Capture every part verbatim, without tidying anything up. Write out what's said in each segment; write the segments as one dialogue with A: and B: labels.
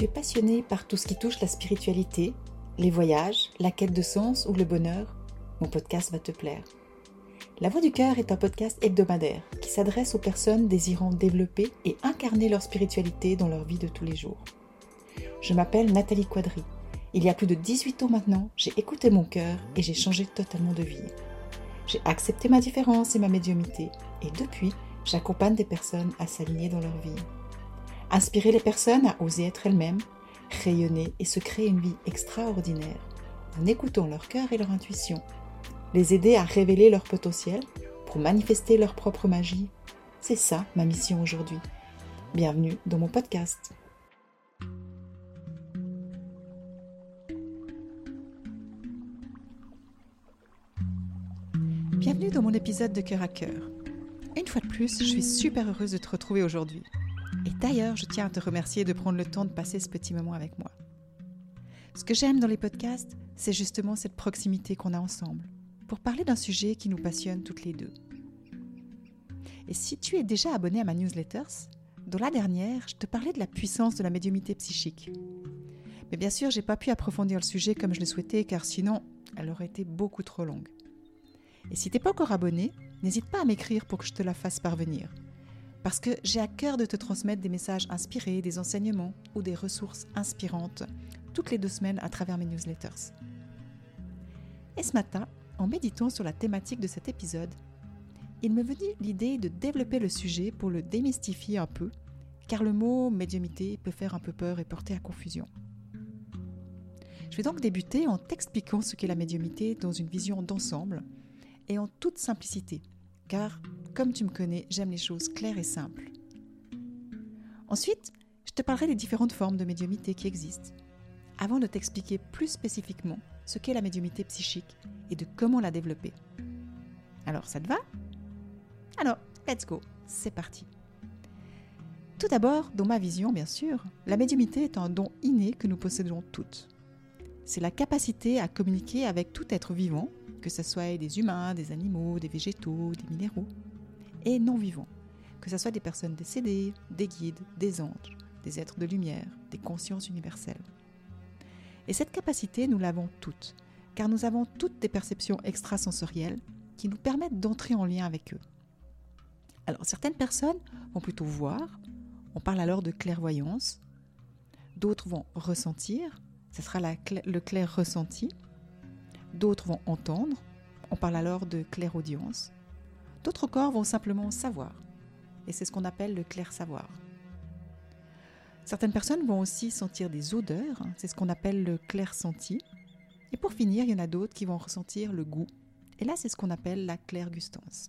A: Tu es passionné par tout ce qui touche la spiritualité, les voyages, la quête de sens ou le bonheur? Mon podcast va te plaire. La Voix du Cœur est un podcast hebdomadaire qui s'adresse aux personnes désirant développer et incarner leur spiritualité dans leur vie de tous les jours. Je m'appelle Nathalie Quadri. Il y a plus de dix-huit ans maintenant, j'ai écouté mon cœur et j'ai changé totalement de vie. J'ai accepté ma différence et ma médiumnité et depuis, j'accompagne des personnes à s'aligner dans leur vie. Inspirer les personnes à oser être elles-mêmes, rayonner et se créer une vie extraordinaire en écoutant leur cœur et leur intuition. Les aider à révéler leur potentiel pour manifester leur propre magie. C'est ça ma mission aujourd'hui. Bienvenue dans mon podcast. Bienvenue dans mon épisode de Cœur à Cœur. Une fois de plus, je suis super heureuse de te retrouver aujourd'hui. Et d'ailleurs, je tiens à te remercier de prendre le temps de passer ce petit moment avec moi. Ce que j'aime dans les podcasts, c'est justement cette proximité qu'on a ensemble, pour parler d'un sujet qui nous passionne toutes les deux. Et si tu es déjà abonné à ma newsletter, dans la dernière, je te parlais de la puissance de la médiumnité psychique. Mais bien sûr, je n'ai pas pu approfondir le sujet comme je le souhaitais, car sinon, elle aurait été beaucoup trop longue. Et si tu n'es pas encore abonné, n'hésite pas à m'écrire pour que je te la fasse parvenir. Parce que j'ai à cœur de te transmettre des messages inspirés, des enseignements ou des ressources inspirantes toutes les deux semaines à travers mes newsletters. Et ce matin, en méditant sur la thématique de cet épisode, il me venait l'idée de développer le sujet pour le démystifier un peu, car le mot médiumnité peut faire un peu peur et porter à confusion. Je vais donc débuter en t'expliquant ce qu'est la médiumnité dans une vision d'ensemble et en toute simplicité, car comme tu me connais, j'aime les choses claires et simples. Ensuite, je te parlerai des différentes formes de médiumnité qui existent, avant de t'expliquer plus spécifiquement ce qu'est la médiumnité psychique et de comment la développer. Alors, ça te va? Alors, let's go, c'est parti. Tout d'abord, dans ma vision, bien sûr, la médiumnité est un don inné que nous possédons toutes. C'est la capacité à communiquer avec tout être vivant, que ce soit des humains, des animaux, des végétaux, des minéraux, et non-vivants, que ce soit des personnes décédées, des guides, des anges, des êtres de lumière, des consciences universelles. Et cette capacité, nous l'avons toutes, car nous avons toutes des perceptions extrasensorielles qui nous permettent d'entrer en lien avec eux. Alors, certaines personnes vont plutôt voir, on parle alors de clairvoyance, d'autres vont ressentir, ce sera la, le clair ressenti, d'autres vont entendre, on parle alors de clairaudience. D'autres corps vont simplement savoir, et c'est ce qu'on appelle le clair savoir. Certaines personnes vont aussi sentir des odeurs, c'est ce qu'on appelle le clair senti. Et pour finir, il y en a d'autres qui vont ressentir le goût, et là c'est ce qu'on appelle la clairgustance.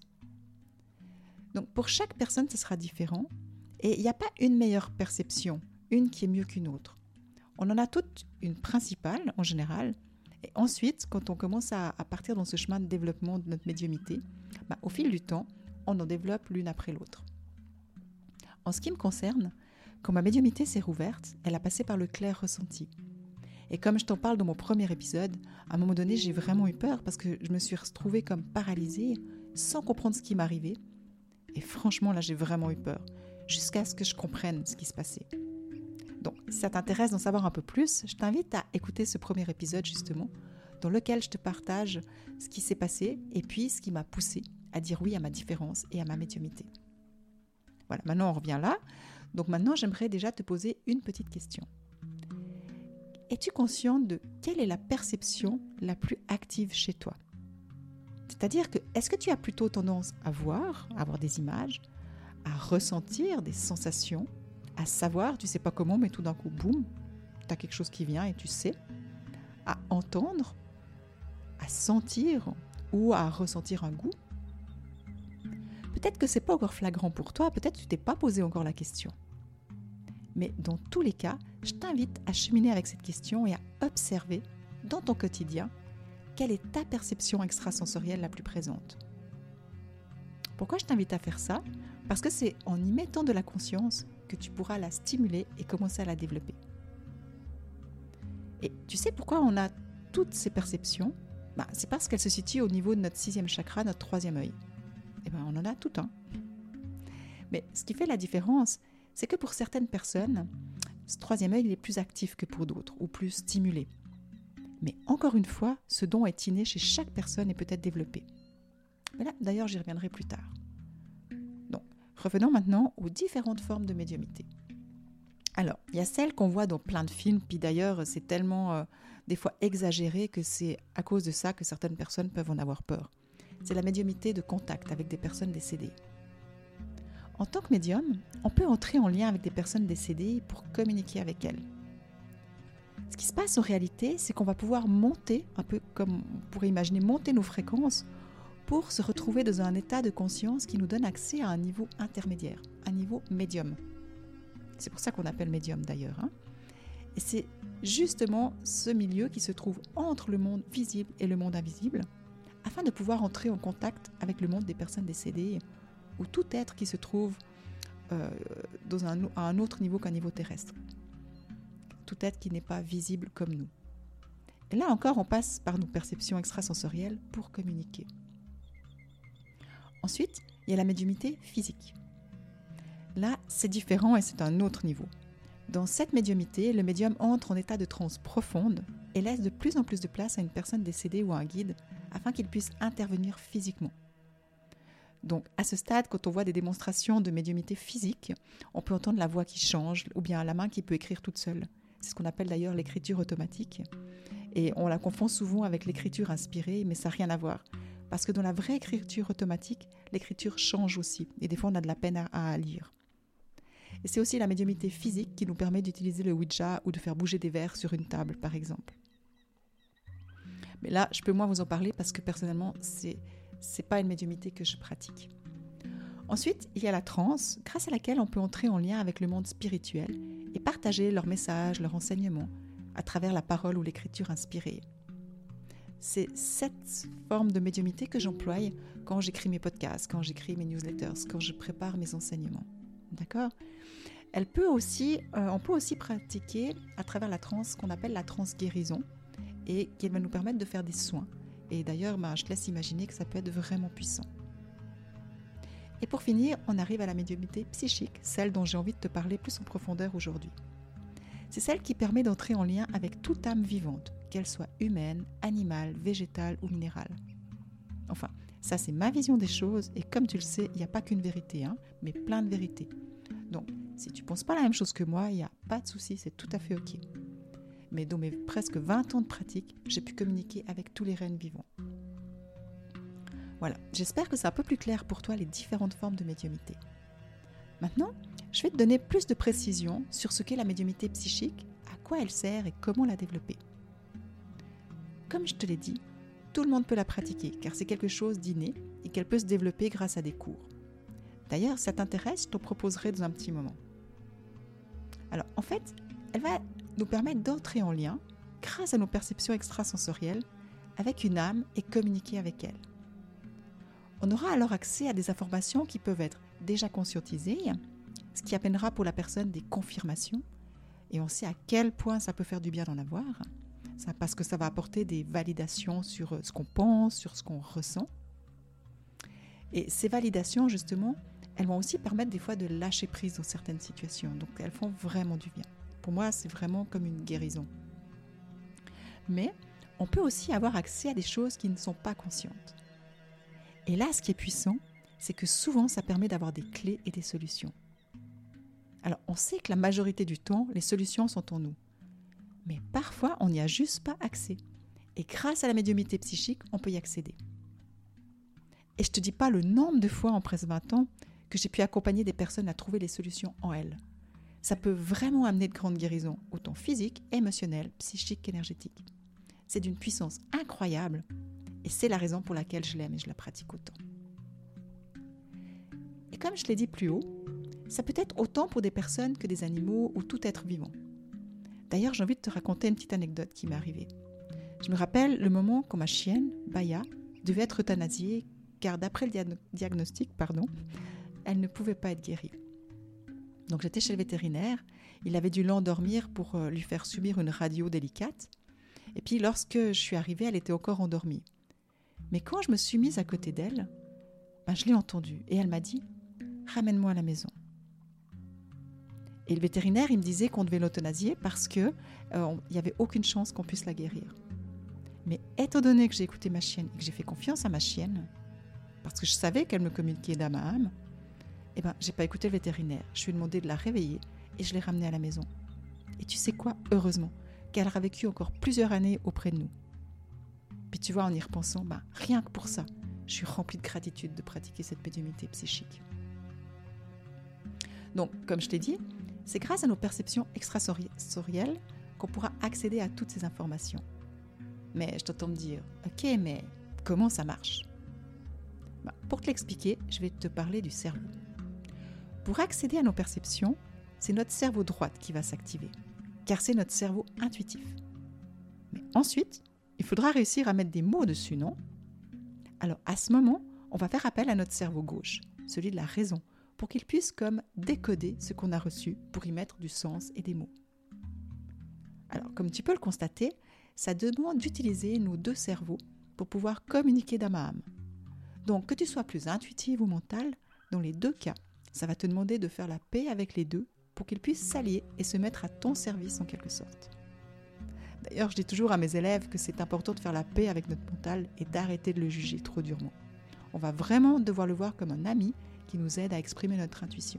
A: Donc pour chaque personne, ce sera différent, et il n'y a pas une meilleure perception, une qui est mieux qu'une autre. On en a toutes une principale en général, et ensuite, quand on commence à, à partir dans ce chemin de développement de notre médiumnité, bah, au fil du temps, on en développe l'une après l'autre. En ce qui me concerne, quand ma médiumnité s'est rouverte, elle a passé par le clair ressenti. Et comme je t'en parle dans mon premier épisode, à un moment donné, j'ai vraiment eu peur parce que je me suis retrouvée comme paralysée, sans comprendre ce qui m'arrivait. Et franchement, là, j'ai vraiment eu peur, jusqu'à ce que je comprenne ce qui se passait. Donc, si ça t'intéresse d'en savoir un peu plus, je t'invite à écouter ce premier épisode justement, dans lequel je te partage ce qui s'est passé et puis ce qui m'a poussée à dire oui à ma différence et à ma médiumnité. Voilà, maintenant on revient là. Donc maintenant, j'aimerais déjà te poser une petite question. Es-tu consciente de quelle est la perception la plus active chez toi? C'est-à-dire que, est-ce que tu as plutôt tendance à voir, à voir des images, à ressentir des sensations, à savoir, tu sais pas comment, mais tout d'un coup, boum, tu as quelque chose qui vient et tu sais, à entendre, à sentir ou à ressentir un goût? Peut-être que c'est pas encore flagrant pour toi, peut-être que tu t'es pas posé encore la question. Mais dans tous les cas, je t'invite à cheminer avec cette question et à observer dans ton quotidien quelle est ta perception extrasensorielle la plus présente. Pourquoi je t'invite à faire ça? Parce que c'est en y mettant de la conscience que tu pourras la stimuler et commencer à la développer. Et tu sais pourquoi on a toutes ces perceptions? Ben, c'est parce qu'elles se situent au niveau de notre sixième chakra, notre troisième œil. Et ben, on en a tout un. Mais ce qui fait la différence, c'est que pour certaines personnes, ce troisième œil il est plus actif que pour d'autres ou plus stimulé. Mais encore une fois, ce don est inné chez chaque personne et peut être développé. Mais là, d'ailleurs, j'y reviendrai plus tard. Donc, revenons maintenant aux différentes formes de médiumnité. Alors, il y a celles qu'on voit dans plein de films, puis d'ailleurs, c'est tellement euh, des fois exagéré que c'est à cause de ça que certaines personnes peuvent en avoir peur. C'est la médiumnité de contact avec des personnes décédées. En tant que médium, on peut entrer en lien avec des personnes décédées pour communiquer avec elles. Ce qui se passe en réalité, c'est qu'on va pouvoir monter, un peu comme on pourrait imaginer, monter nos fréquences pour se retrouver dans un état de conscience qui nous donne accès à un niveau intermédiaire, un niveau médium. C'est pour ça qu'on appelle médium d'ailleurs. Hein. Et c'est justement ce milieu qui se trouve entre le monde visible et le monde invisible, afin de pouvoir entrer en contact avec le monde des personnes décédées, ou tout être qui se trouve euh, dans un, à un autre niveau qu'un niveau terrestre. Tout être qui n'est pas visible comme nous. Et là encore, on passe par nos perceptions extrasensorielles pour communiquer. Ensuite, il y a la médiumnité physique. Là, c'est différent et c'est un autre niveau. Dans cette médiumnité, le médium entre en état de transe profonde et laisse de plus en plus de place à une personne décédée ou à un guide afin qu'il puisse intervenir physiquement. Donc, à ce stade, quand on voit des démonstrations de médiumnité physique, on peut entendre la voix qui change ou bien la main qui peut écrire toute seule. C'est ce qu'on appelle d'ailleurs l'écriture automatique. Et on la confond souvent avec l'écriture inspirée, mais ça n'a rien à voir. Parce que dans la vraie écriture automatique, l'écriture change aussi. Et des fois, on a de la peine à, à lire. Et c'est aussi la médiumnité physique qui nous permet d'utiliser le Ouija ou de faire bouger des verres sur une table, par exemple. Mais là, je peux moins vous en parler parce que personnellement, c'est c'est pas une médiumnité que je pratique. Ensuite, il y a la transe, grâce à laquelle on peut entrer en lien avec le monde spirituel et partager leurs messages, leurs enseignements, à travers la parole ou l'écriture inspirée. C'est cette forme de médiumnité que j'emploie quand j'écris mes podcasts, quand j'écris mes newsletters, quand je prépare mes enseignements. D'accord ? Elle peut aussi, euh, on peut aussi pratiquer à travers la transe ce qu'on appelle la transe guérison et qui va nous permettre de faire des soins. Et d'ailleurs, ben, je te laisse imaginer que ça peut être vraiment puissant. Et pour finir, on arrive à la médiumnité psychique, celle dont j'ai envie de te parler plus en profondeur aujourd'hui. C'est celle qui permet d'entrer en lien avec toute âme vivante, qu'elle soit humaine, animale, végétale ou minérale. Enfin, ça c'est ma vision des choses et comme tu le sais, il n'y a pas qu'une vérité, hein, mais plein de vérités. Donc, si tu ne penses pas la même chose que moi, il n'y a pas de souci, c'est tout à fait ok. Mais dans mes presque vingt ans de pratique, j'ai pu communiquer avec tous les rennes vivants. Voilà, j'espère que c'est un peu plus clair pour toi les différentes formes de médiumnité. Maintenant, je vais te donner plus de précisions sur ce qu'est la médiumnité psychique, à quoi elle sert et comment la développer. Comme je te l'ai dit, tout le monde peut la pratiquer car c'est quelque chose d'inné et qu'elle peut se développer grâce à des cours. D'ailleurs, si ça t'intéresse, je t'en proposerai dans un petit moment. Alors, en fait, elle va nous permettre d'entrer en lien, grâce à nos perceptions extrasensorielles, avec une âme et communiquer avec elle. On aura alors accès à des informations qui peuvent être déjà conscientisées, ce qui amènera pour la personne des confirmations, et on sait à quel point ça peut faire du bien d'en avoir, ça, parce que ça va apporter des validations sur ce qu'on pense, sur ce qu'on ressent. Et ces validations, justement, elles vont aussi permettre des fois de lâcher prise dans certaines situations, donc elles font vraiment du bien. Pour moi, c'est vraiment comme une guérison. Mais on peut aussi avoir accès à des choses qui ne sont pas conscientes. Et là, ce qui est puissant, c'est que souvent, ça permet d'avoir des clés et des solutions. Alors, on sait que la majorité du temps, les solutions sont en nous. Mais parfois, on n'y a juste pas accès. Et grâce à la médiumnité psychique, on peut y accéder. Et je ne te dis pas le nombre de fois en presque vingt ans que j'ai pu accompagner des personnes à trouver les solutions en elles. Ça peut vraiment amener de grandes guérisons, autant physiques, émotionnelles, psychiques qu'énergétiques. C'est d'une puissance incroyable et c'est la raison pour laquelle je l'aime et je la pratique autant. Et comme je l'ai dit plus haut, ça peut être autant pour des personnes que des animaux ou tout être vivant. D'ailleurs, j'ai envie de te raconter une petite anecdote qui m'est arrivée. Je me rappelle le moment quand ma chienne, Baya, devait être euthanasiée car d'après le dia- diagnostic, pardon, elle ne pouvait pas être guérie. Donc j'étais chez le vétérinaire, il avait dû l'endormir pour lui faire subir une radio délicate. Et puis lorsque je suis arrivée, elle était encore endormie. Mais quand je me suis mise à côté d'elle, ben, je l'ai entendue et elle m'a dit « Ramène-moi à la maison ». Et le vétérinaire, il me disait qu'on devait l'euthanasier parce qu'il euh, n'y avait aucune chance qu'on puisse la guérir. Mais étant donné que j'ai écouté ma chienne et que j'ai fait confiance à ma chienne, parce que je savais qu'elle me communiquait d'âme à âme, eh ben, je n'ai pas écouté le vétérinaire. Je lui ai demandé de la réveiller et je l'ai ramenée à la maison. Et tu sais quoi? Heureusement qu'elle aura vécu encore plusieurs années auprès de nous. Puis tu vois, en y repensant, bah, rien que pour ça, je suis remplie de gratitude de pratiquer cette médiumnité psychique. Donc, comme je t'ai dit, c'est grâce à nos perceptions extrasensorielles qu'on pourra accéder à toutes ces informations. Mais je t'entends me dire, ok, mais comment ça marche? Bah, pour te l'expliquer, je vais te parler du cerveau. Pour accéder à nos perceptions, c'est notre cerveau droit qui va s'activer, car c'est notre cerveau intuitif. Mais ensuite, il faudra réussir à mettre des mots dessus, non? Alors à ce moment, on va faire appel à notre cerveau gauche, celui de la raison, pour qu'il puisse comme décoder ce qu'on a reçu pour y mettre du sens et des mots. Alors comme tu peux le constater, ça demande d'utiliser nos deux cerveaux pour pouvoir communiquer d'âme à âme. Donc que tu sois plus intuitive ou mentale, dans les deux cas, ça va te demander de faire la paix avec les deux pour qu'ils puissent s'allier et se mettre à ton service en quelque sorte. D'ailleurs, je dis toujours à mes élèves que c'est important de faire la paix avec notre mental et d'arrêter de le juger trop durement. On va vraiment devoir le voir comme un ami qui nous aide à exprimer notre intuition.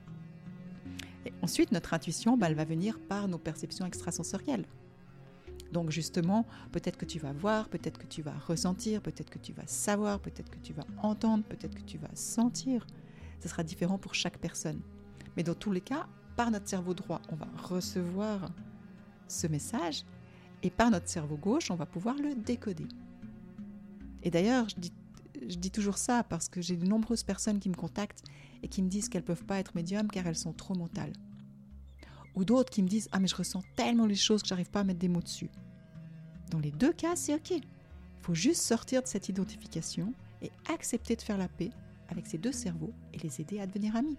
A: Et ensuite, notre intuition, bah, elle va venir par nos perceptions extrasensorielles. Donc justement, peut-être que tu vas voir, peut-être que tu vas ressentir, peut-être que tu vas savoir, peut-être que tu vas entendre, peut-être que tu vas sentir. Ce sera différent pour chaque personne. Mais dans tous les cas, par notre cerveau droit, on va recevoir ce message et par notre cerveau gauche, on va pouvoir le décoder. Et d'ailleurs, je dis, je dis toujours ça parce que j'ai de nombreuses personnes qui me contactent et qui me disent qu'elles ne peuvent pas être médiums car elles sont trop mentales. Ou d'autres qui me disent « Ah mais je ressens tellement les choses que je n'arrive pas à mettre des mots dessus ». Dans les deux cas, c'est ok. Il faut juste sortir de cette identification et accepter de faire la paix avec ces deux cerveaux et les aider à devenir amis.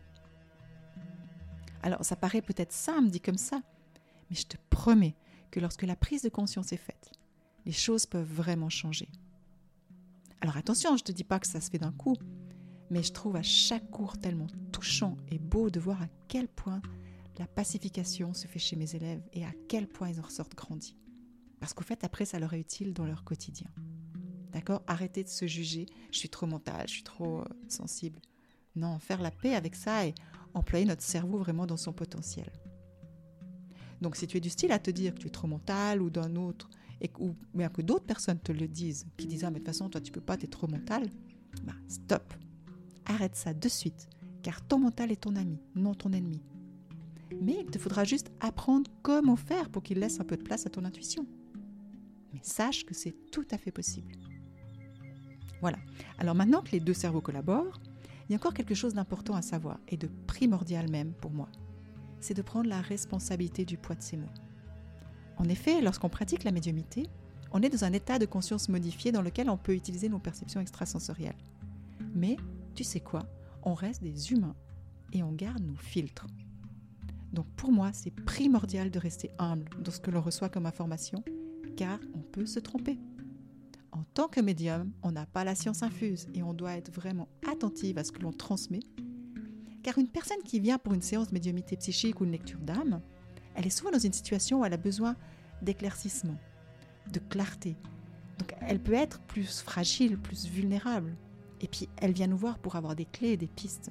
A: Alors ça paraît peut-être simple dit comme ça, mais je te promets que lorsque la prise de conscience est faite, les choses peuvent vraiment changer. Alors attention, je ne te dis pas que ça se fait d'un coup, mais je trouve à chaque cours tellement touchant et beau de voir à quel point la pacification se fait chez mes élèves et à quel point ils en ressortent grandis. Parce qu'au fait, après, ça leur est utile dans leur quotidien. D'accord? Arrêtez de se juger, je suis trop mentale, je suis trop euh, sensible. Non, faire la paix avec ça et employer notre cerveau vraiment dans son potentiel. Donc si tu es du style à te dire que tu es trop mental ou d'un autre, et que, ou bien que d'autres personnes te le disent, qui disent « Ah mais de toute façon, toi tu peux pas, tu es trop mental », bah stop. Arrête ça de suite, car ton mental est ton ami, non ton ennemi. Mais il te faudra juste apprendre comment faire pour qu'il laisse un peu de place à ton intuition. Mais sache que c'est tout à fait possible. Voilà. Alors maintenant que les deux cerveaux collaborent, il y a encore quelque chose d'important à savoir et de primordial même pour moi. C'est de prendre la responsabilité du poids de ces mots. En effet, lorsqu'on pratique la médiumnité, on est dans un état de conscience modifié dans lequel on peut utiliser nos perceptions extrasensorielles. Mais, tu sais quoi? On reste des humains et on garde nos filtres. Donc pour moi, c'est primordial de rester humble dans ce que l'on reçoit comme information, car on peut se tromper. En tant que médium, on n'a pas la science infuse et on doit être vraiment attentive à ce que l'on transmet, car une personne qui vient pour une séance de médiumnité psychique ou une lecture d'âme, elle est souvent dans une situation où elle a besoin d'éclaircissement, de clarté. Donc elle peut être plus fragile, plus vulnérable. Et puis elle vient nous voir pour avoir des clés et des pistes.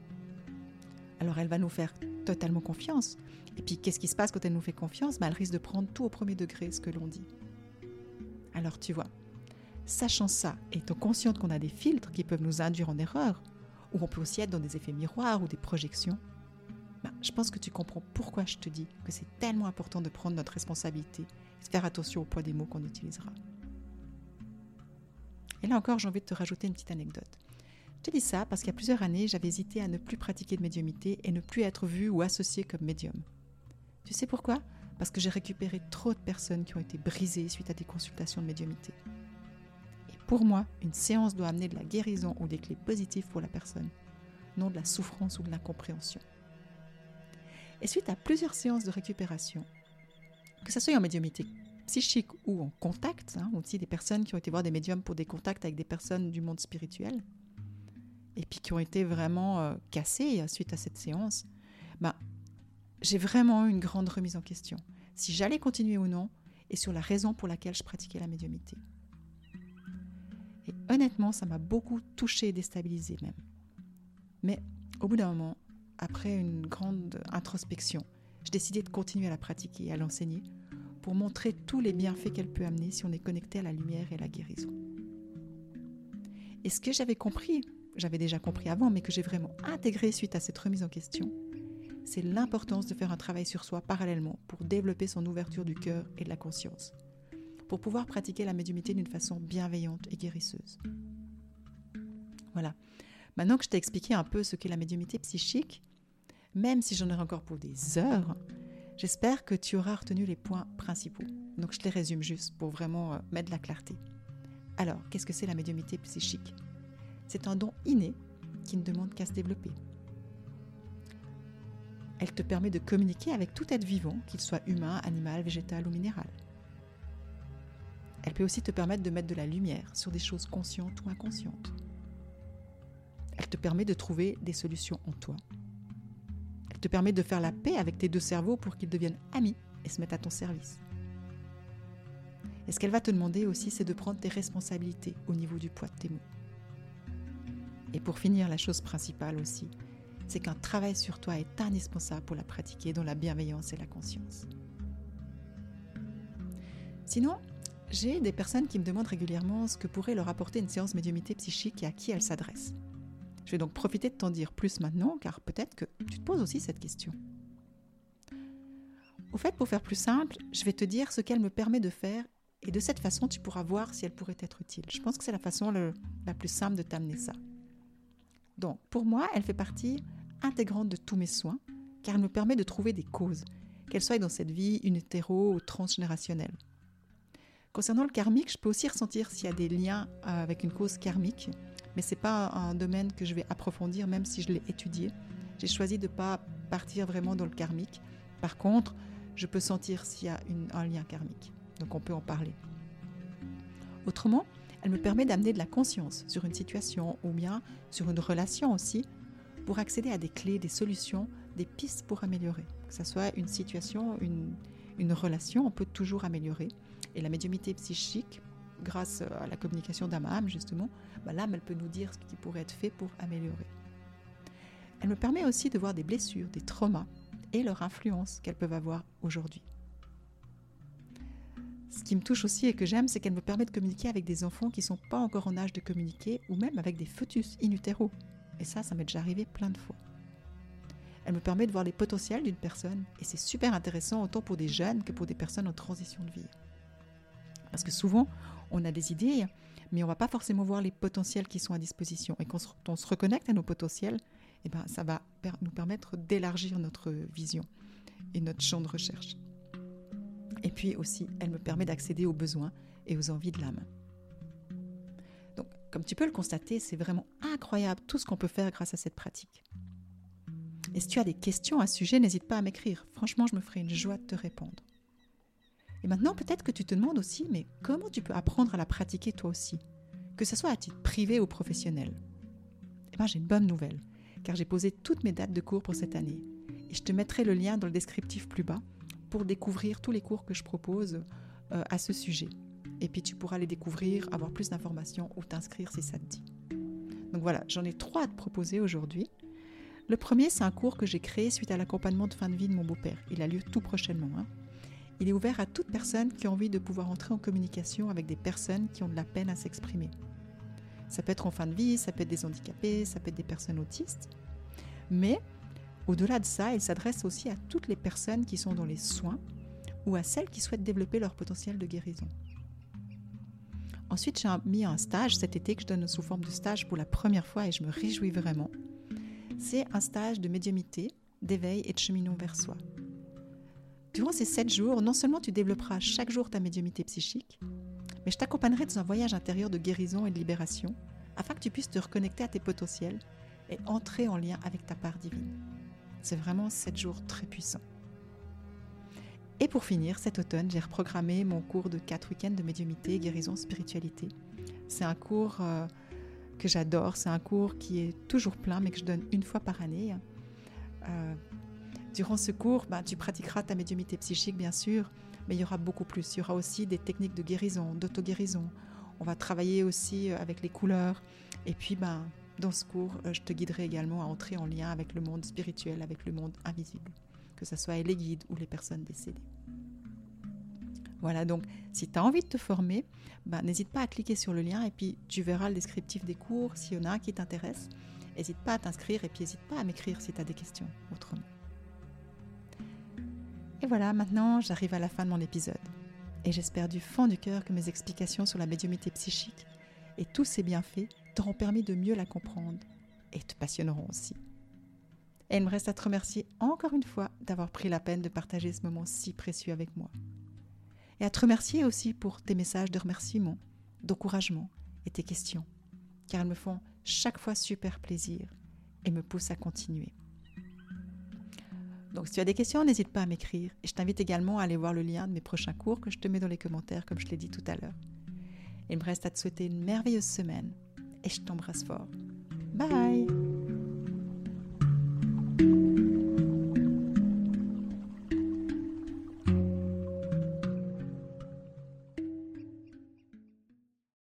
A: Alors elle va nous faire totalement confiance. Et puis qu'est-ce qui se passe quand elle nous fait confiance? Ben, elle risque de prendre tout au premier degré, ce que l'on dit. Alors tu vois, sachant ça, étant consciente qu'on a des filtres qui peuvent nous induire en erreur, ou on peut aussi être dans des effets miroirs ou des projections, ben, je pense que tu comprends pourquoi je te dis que c'est tellement important de prendre notre responsabilité et de faire attention au poids des mots qu'on utilisera. Et là encore, j'ai envie de te rajouter une petite anecdote. Je te dis ça parce qu'il y a plusieurs années, j'avais hésité à ne plus pratiquer de médiumnité et ne plus être vue ou associée comme médium. Tu sais pourquoi? Parce que j'ai récupéré trop de personnes qui ont été brisées suite à des consultations de médiumnité. Et pour moi, une séance doit amener de la guérison ou des clés positives pour la personne, non de la souffrance ou de l'incompréhension. Et suite à plusieurs séances de récupération, que ce soit en médiumnité psychique ou en contact, hein, aussi des personnes qui ont été voir des médiums pour des contacts avec des personnes du monde spirituel, et puis qui ont été vraiment euh, cassées suite à cette séance, ben, j'ai vraiment eu une grande remise en question, si j'allais continuer ou non, et sur la raison pour laquelle je pratiquais la médiumnité. Et honnêtement, ça m'a beaucoup touchée et déstabilisée même. Mais au bout d'un moment, après une grande introspection, j'ai décidé de continuer à la pratiquer et à l'enseigner pour montrer tous les bienfaits qu'elle peut amener si on est connecté à la lumière et à la guérison. Et ce que j'avais compris, j'avais déjà compris avant, mais que j'ai vraiment intégré suite à cette remise en question, c'est l'importance de faire un travail sur soi parallèlement pour développer son ouverture du cœur et de la conscience, pour pouvoir pratiquer la médiumnité d'une façon bienveillante et guérisseuse. Voilà. Maintenant que je t'ai expliqué un peu ce qu'est la médiumnité psychique, même si j'en aurai encore pour des heures, j'espère que tu auras retenu les points principaux. Donc je te les résume juste pour vraiment euh, mettre de la clarté. Alors, qu'est-ce que c'est la médiumnité psychique ? C'est un don inné qui ne demande qu'à se développer. Elle te permet de communiquer avec tout être vivant, qu'il soit humain, animal, végétal ou minéral. Elle peut aussi te permettre de mettre de la lumière sur des choses conscientes ou inconscientes. Elle te permet de trouver des solutions en toi. Elle te permet de faire la paix avec tes deux cerveaux pour qu'ils deviennent amis et se mettent à ton service. Et ce qu'elle va te demander aussi, c'est de prendre tes responsabilités au niveau du poids de tes mots. Et pour finir, la chose principale aussi, c'est qu'un travail sur toi est indispensable pour la pratiquer dans la bienveillance et la conscience. Sinon, j'ai des personnes qui me demandent régulièrement ce que pourrait leur apporter une séance médiumnité psychique et à qui elle s'adresse. Je vais donc profiter de t'en dire plus maintenant, car peut-être que tu te poses aussi cette question. Au fait, pour faire plus simple, je vais te dire ce qu'elle me permet de faire, et de cette façon, tu pourras voir si elle pourrait être utile. Je pense que c'est la façon le, la plus simple de t'amener ça. Donc, pour moi, elle fait partie intégrante de tous mes soins, car elle me permet de trouver des causes, qu'elles soient dans cette vie in utero ou transgénérationnelle. Concernant le karmique, je peux aussi ressentir s'il y a des liens avec une cause karmique, mais ce n'est pas un domaine que je vais approfondir, même si je l'ai étudié. J'ai choisi de ne pas partir vraiment dans le karmique. Par contre, je peux sentir s'il y a une, un lien karmique, donc on peut en parler. Autrement, elle me permet d'amener de la conscience sur une situation ou bien sur une relation aussi, pour accéder à des clés, des solutions, des pistes pour améliorer. Que ce soit une situation, une, une relation, on peut toujours améliorer. Et la médiumnité psychique, grâce à la communication d'âme à âme justement, bah l'âme elle peut nous dire ce qui pourrait être fait pour améliorer. Elle me permet aussi de voir des blessures, des traumas et leur influence qu'elles peuvent avoir aujourd'hui. Ce qui me touche aussi et que j'aime, c'est qu'elle me permet de communiquer avec des enfants qui ne sont pas encore en âge de communiquer ou même avec des fœtus in utero. Et ça, ça m'est déjà arrivé plein de fois. Elle me permet de voir les potentiels d'une personne et c'est super intéressant autant pour des jeunes que pour des personnes en transition de vie. Parce que souvent, on a des idées, mais on ne va pas forcément voir les potentiels qui sont à disposition. Et quand on se reconnecte à nos potentiels, eh ben, ça va nous permettre d'élargir notre vision et notre champ de recherche. Et puis aussi, elle me permet d'accéder aux besoins et aux envies de l'âme. Donc, comme tu peux le constater, c'est vraiment incroyable tout ce qu'on peut faire grâce à cette pratique. Et si tu as des questions à ce sujet, n'hésite pas à m'écrire. Franchement, je me ferai une joie de te répondre. Et maintenant, peut-être que tu te demandes aussi, mais comment tu peux apprendre à la pratiquer toi aussi, que ce soit à titre privé ou professionnel? Eh bien, j'ai une bonne nouvelle, car j'ai posé toutes mes dates de cours pour cette année. Et je te mettrai le lien dans le descriptif plus bas pour découvrir tous les cours que je propose euh, à ce sujet. Et puis, tu pourras les découvrir, avoir plus d'informations ou t'inscrire si ça te dit. Donc voilà, j'en ai trois à te proposer aujourd'hui. Le premier, c'est un cours que j'ai créé suite à l'accompagnement de fin de vie de mon beau-père. Il a lieu tout prochainement, hein. Il est ouvert à toute personne qui a envie de pouvoir entrer en communication avec des personnes qui ont de la peine à s'exprimer. Ça peut être en fin de vie, ça peut être des handicapés, ça peut être des personnes autistes. Mais au-delà de ça, il s'adresse aussi à toutes les personnes qui sont dans les soins ou à celles qui souhaitent développer leur potentiel de guérison. Ensuite, j'ai mis un stage cet été que je donne sous forme de stage pour la première fois et je me réjouis vraiment. C'est un stage de médiumnité, d'éveil et de cheminement vers soi. Durant ces sept jours, non seulement tu développeras chaque jour ta médiumnité psychique, mais je t'accompagnerai dans un voyage intérieur de guérison et de libération afin que tu puisses te reconnecter à tes potentiels et entrer en lien avec ta part divine. C'est vraiment sept jours très puissants. Et pour finir, cet automne, j'ai reprogrammé mon cours de quatre week-ends de médiumnité, guérison, spiritualité. C'est un cours euh, que j'adore, c'est un cours qui est toujours plein mais que je donne une fois par année. Euh, Durant ce cours, ben, tu pratiqueras ta médiumnité psychique, bien sûr, mais il y aura beaucoup plus. Il y aura aussi des techniques de guérison, d'auto-guérison. On va travailler aussi avec les couleurs. Et puis, ben, dans ce cours, je te guiderai également à entrer en lien avec le monde spirituel, avec le monde invisible, que ce soit les guides ou les personnes décédées. Voilà, donc si tu as envie de te former, ben, n'hésite pas à cliquer sur le lien et puis tu verras le descriptif des cours s'il y en a un qui t'intéresse. N'hésite pas à t'inscrire et puis n'hésite pas à m'écrire si tu as des questions autrement. Et voilà, maintenant j'arrive à la fin de mon épisode. Et j'espère du fond du cœur que mes explications sur la médiumnité psychique et tous ses bienfaits t'auront permis de mieux la comprendre et te passionneront aussi. Et il me reste à te remercier encore une fois d'avoir pris la peine de partager ce moment si précieux avec moi. Et à te remercier aussi pour tes messages de remerciement, d'encouragement et tes questions, car elles me font chaque fois super plaisir et me poussent à continuer. Donc si tu as des questions, n'hésite pas à m'écrire et je t'invite également à aller voir le lien de mes prochains cours que je te mets dans les commentaires comme je l'ai dit tout à l'heure. Il me reste à te souhaiter une merveilleuse semaine et je t'embrasse fort. Bye!